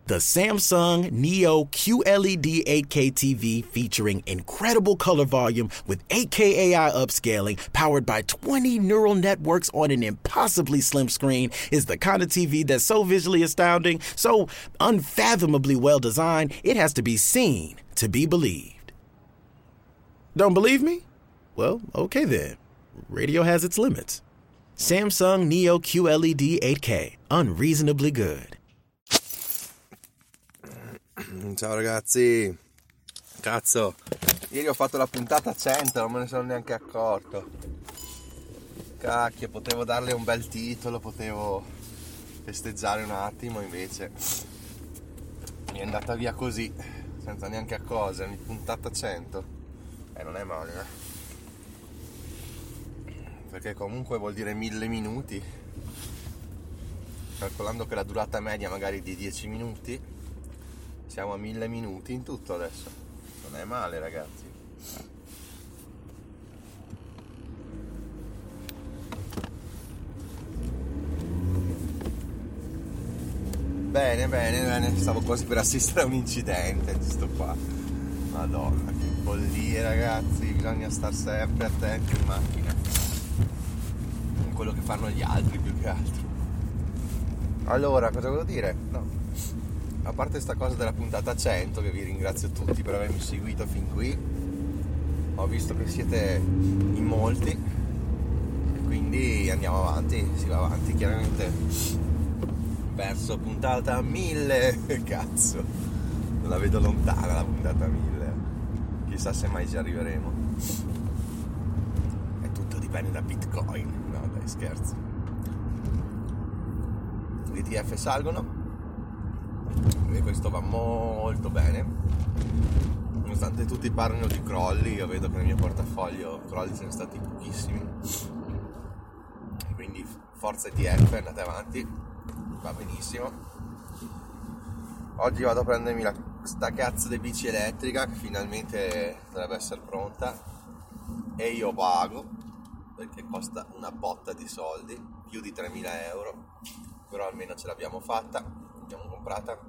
The Samsung Neo QLED 8K TV featuring incredible color volume with 8K AI upscaling powered by 20 neural networks on an impossibly slim screen is the kind of TV that's so visually astounding, so unfathomably well designed, it has to be seen to be believed. Don't believe me? Well, okay then. Radio has its limits. Samsung Neo QLED 8K, unreasonably good. Ciao ragazzi, cazzo, ieri ho fatto la puntata 100, non me ne sono neanche accorto. Cacchio, potevo darle un bel titolo, potevo festeggiare un attimo, invece mi è andata via così, senza neanche accorgermi. Puntata 100, non è male, perché comunque vuol dire 1000 minuti, calcolando che la durata media magari di 10 minuti. Siamo a 1000 minuti in tutto adesso, non è male ragazzi. Bene, stavo quasi per assistere a un incidente, giusto qua. Madonna, che follia ragazzi, bisogna star sempre attenti in macchina, con quello che fanno gli altri più che altro. Allora, cosa volevo dire? No. A parte sta cosa della puntata 100, che vi ringrazio tutti per avermi seguito fin qui, ho visto che siete in molti e quindi andiamo avanti, si va avanti chiaramente verso puntata 1000, cazzo, non la vedo lontana la puntata 1000, chissà se mai ci arriveremo, e tutto dipende da Bitcoin, no dai scherzi. Gli ETF salgono e questo va molto bene, nonostante tutti parlino di crolli. Io vedo che nel mio portafoglio crolli sono stati pochissimi, quindi forza ETF, andate avanti, va benissimo. Oggi vado a prendermi sta cazzo di bici elettrica che finalmente dovrebbe essere pronta, e io pago perché costa una botta di soldi, più di 3.000 euro, però almeno ce l'abbiamo fatta, l'abbiamo comprata.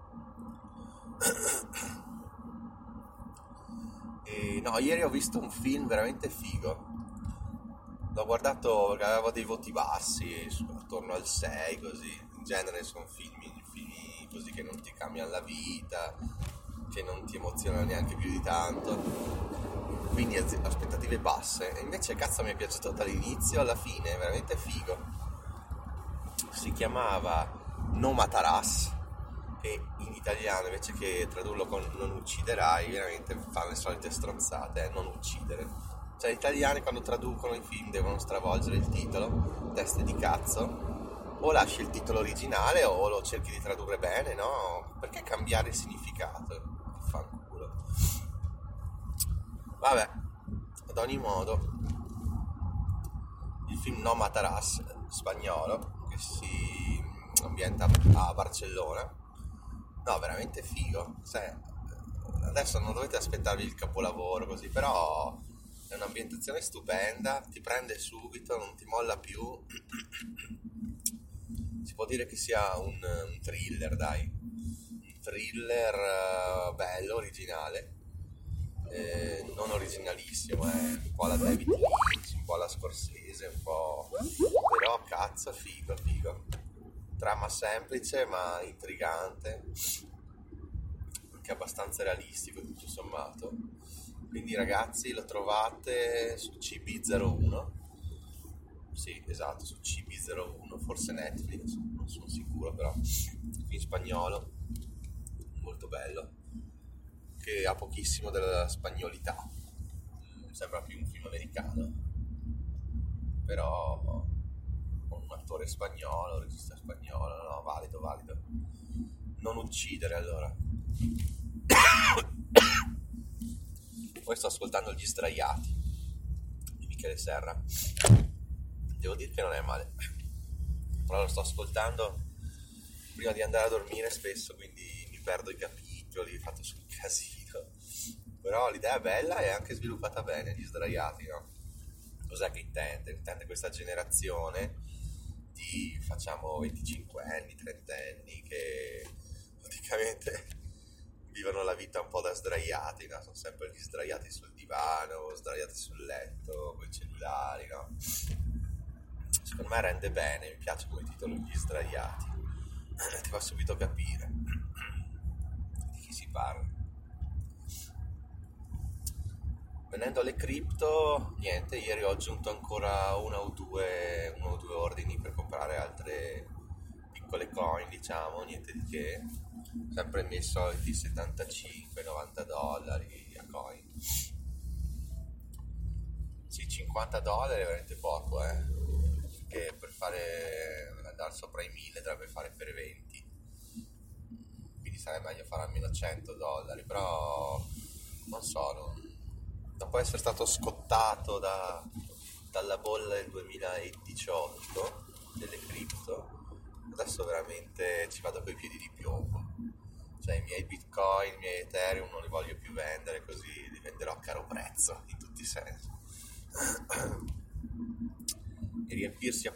E no, ieri ho visto un film veramente figo, l'ho guardato perché avevo dei voti bassi, attorno al 6 così. In genere sono film così che non ti cambiano la vita, che non ti emozionano neanche più di tanto, quindi aspettative basse. E invece cazzo mi è piaciuto dall'inizio alla fine, è veramente figo. Si chiamava No Matarás, e in italiano invece che tradurlo con Non ucciderai, veramente fanno le solite stronzate, non uccidere. Cioè gli italiani quando traducono i film devono stravolgere il titolo, teste di cazzo, o lasci il titolo originale o lo cerchi di tradurre bene, no? Perché cambiare il significato? Fanculo. Vabbè, ad ogni modo, il film No Matarás, spagnolo, che si ambienta a Barcellona. No, veramente figo. Adesso non dovete aspettarvi il capolavoro così, però è un'ambientazione stupenda, ti prende subito, non ti molla più. Si può dire che sia un thriller, dai. Un thriller bello, originale. Non originalissimo, un po' la David Lynch, un po' la Scorsese, un po'. Però cazzo, figo. Trama semplice ma intrigante, anche abbastanza realistico tutto sommato. Quindi ragazzi, lo trovate su CB01, sì esatto, su CB01, forse Netflix, non sono sicuro, però in spagnolo, molto bello, che ha pochissimo della spagnolità, sembra più un film americano, però un attore spagnolo, un regista spagnolo, no, valido. Non uccidere, allora. Poi sto ascoltando Gli Sdraiati di Michele Serra, devo dire che non è male, però lo sto ascoltando prima di andare a dormire spesso, quindi mi perdo i capitoli, fatto sul casino, però l'idea è bella e anche sviluppata bene. Gli Sdraiati, no? Cos'è che intende questa generazione di, facciamo, 25 anni, 30 anni, che probabilmente vivono la vita un po' da sdraiati, no? Sono sempre lì sdraiati sul divano, sdraiati sul letto, con i cellulari, no? Secondo me rende bene, mi piace come titolo Gli sdraiati. Ti fa subito capire di chi si parla. Venendo alle cripto, niente, ieri ho aggiunto ancora uno o due ordini per comprare altre piccole coin, diciamo, niente di che, sempre i miei soliti $75-90 a coin. Sì, $50 è veramente poco, che per andare sopra i 1000 dovrebbe fare per 20, quindi sarebbe meglio fare almeno $100, però non so, dopo essere stato scottato dalla bolla del 2018 delle cripto, adesso veramente ci vado coi piedi di piombo. Cioè i miei bitcoin, i miei ethereum non li voglio più vendere, così li venderò a caro prezzo in tutti i sensi. E riempirsi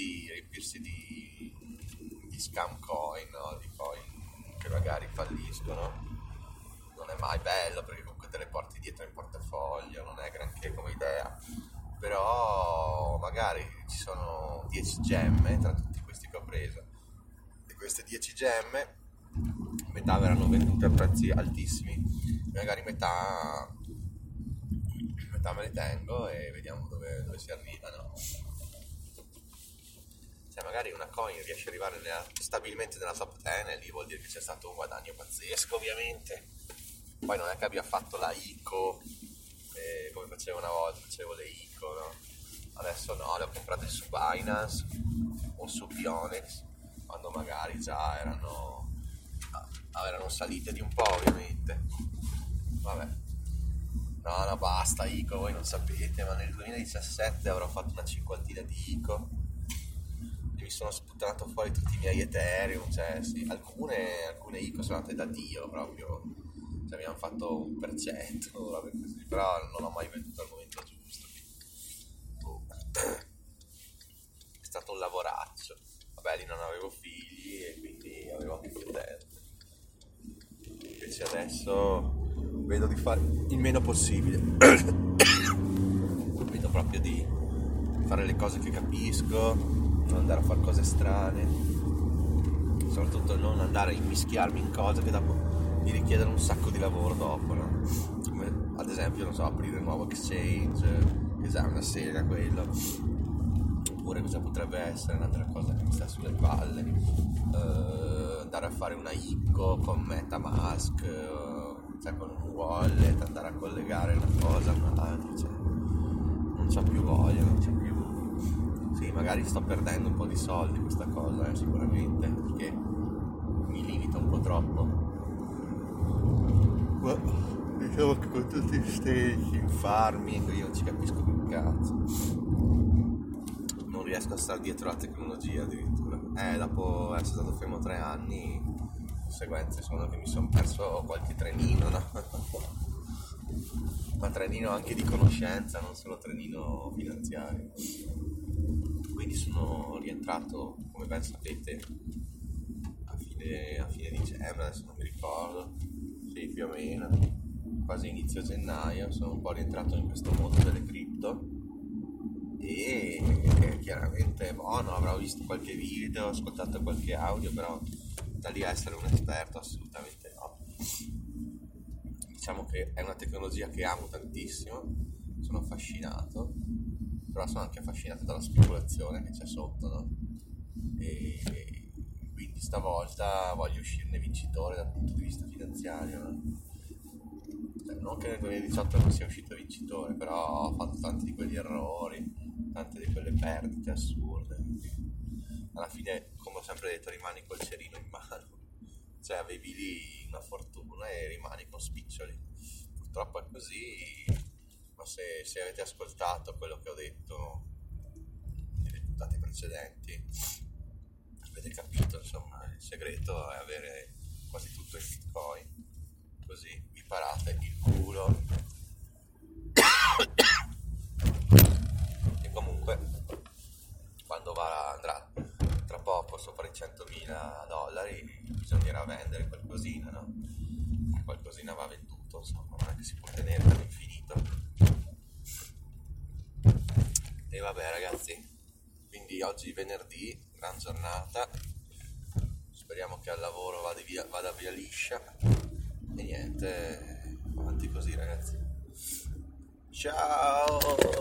di scam coin, no? Di coin che magari falliscono, non è mai bello, perché comunque te le porti dietro in portafoglio, non è granché come idea, però magari ci sono 10 gemme tra tutti questi che ho preso, e queste 10 gemme metà verranno vendute a prezzi altissimi, magari metà me le tengo e vediamo dove si arriva, no? Cioè magari una coin riesce ad arrivare stabilmente nella top 10 e lì vuol dire che c'è stato un guadagno pazzesco, ovviamente. Poi non è che abbia fatto la ICO come facevo una volta, facevo le ICO, no? Adesso no, le ho comprate su Binance o su Pionex, quando magari già erano salite di un po', ovviamente. Vabbè, no, basta ICO, voi non sapete, ma nel 2017 avrò fatto una cinquantina di ICO e mi sono sputtanato fuori tutti i miei Ethereum, cioè sì, alcune ICO sono andate da Dio proprio, cioè mi hanno fatto 1%, così, però non ho mai venduto al momento giusto. È stato un lavoraccio. Vabbè, lì non avevo figli e quindi avevo anche più tempo. Invece adesso vedo di fare il meno possibile. Vedo proprio di fare le cose che capisco, non andare a fare cose strane, soprattutto non andare a immischiarmi in cose che dopo mi richiedono un sacco di lavoro dopo, no? Come ad esempio, non so, aprire un nuovo exchange, che già è una sega quello, oppure cosa potrebbe essere un'altra cosa che mi sta sulle palle, andare a fare una ICO con MetaMask, cioè con un wallet, andare a collegare una cosa a un'altra, cioè non c'ho più voglia, non c'ho più. Sì, magari sto perdendo un po' di soldi questa cosa, sicuramente, perché mi limita un po' troppo. Ma diciamo che con tutti i stage in farming io non ci capisco più un cazzo, non riesco a stare dietro la tecnologia addirittura, dopo essere stato fermo 3 anni, conseguenze sono che mi sono perso qualche trenino, no? Ma trenino anche di conoscenza, non solo trenino finanziario. Quindi sono rientrato, come ben sapete, a fine dicembre, adesso non mi ricordo, sì, più o meno, quasi inizio gennaio, sono un po' rientrato in questo mondo delle cripto e chiaramente non avrò visto qualche video, ascoltato qualche audio, però da lì a essere un esperto assolutamente no. Diciamo che è una tecnologia che amo tantissimo, sono affascinato, però sono anche affascinato dalla speculazione che c'è sotto, no? E quindi stavolta voglio uscirne vincitore dal punto di vista finanziario, no? Cioè, non che nel 2018 non sia uscito vincitore, però ho fatto tanti di quegli errori, tante di quelle perdite assurde. Alla fine, come ho sempre detto, rimani col cerino in mano, cioè avevi lì una fortuna e rimani con spiccioli. Purtroppo è così, ma se avete ascoltato quello che ho detto nelle puntate precedenti avete capito, insomma, il segreto è avere quasi tutto in bitcoin, così vi parate il culo. E comunque quando andrà tra poco sopra i $100.000, bisognerà vendere qualcosina, no? Qualcosina va venduto, insomma, non è che si può tenere all'infinito. E vabbè ragazzi, quindi oggi venerdì, gran giornata, speriamo che al lavoro vada via liscia, e niente, avanti così ragazzi. Ciao.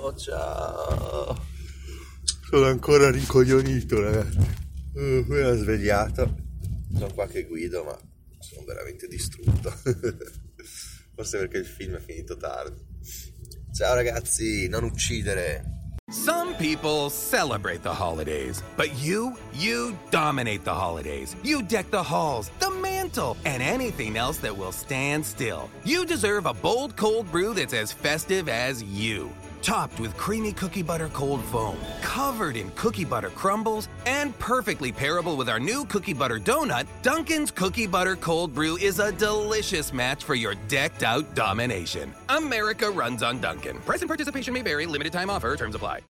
Sono ancora rincoglionito ragazzi, appena svegliato, sono qua che guido ma sono veramente distrutto. Forse perché il film è finito tardi. Ciao ragazzi, non uccidere. Some people celebrate the holidays, but you dominate the holidays. You deck the halls, the mantle, and anything else that will stand still. You deserve a bold cold brew that's as festive as you. Topped with creamy cookie butter cold foam, covered in cookie butter crumbles, and perfectly pairable with our new cookie butter donut, Dunkin's Cookie Butter Cold Brew is a delicious match for your decked out domination. America runs on Dunkin'. Price and participation may vary. Limited time offer. Terms apply.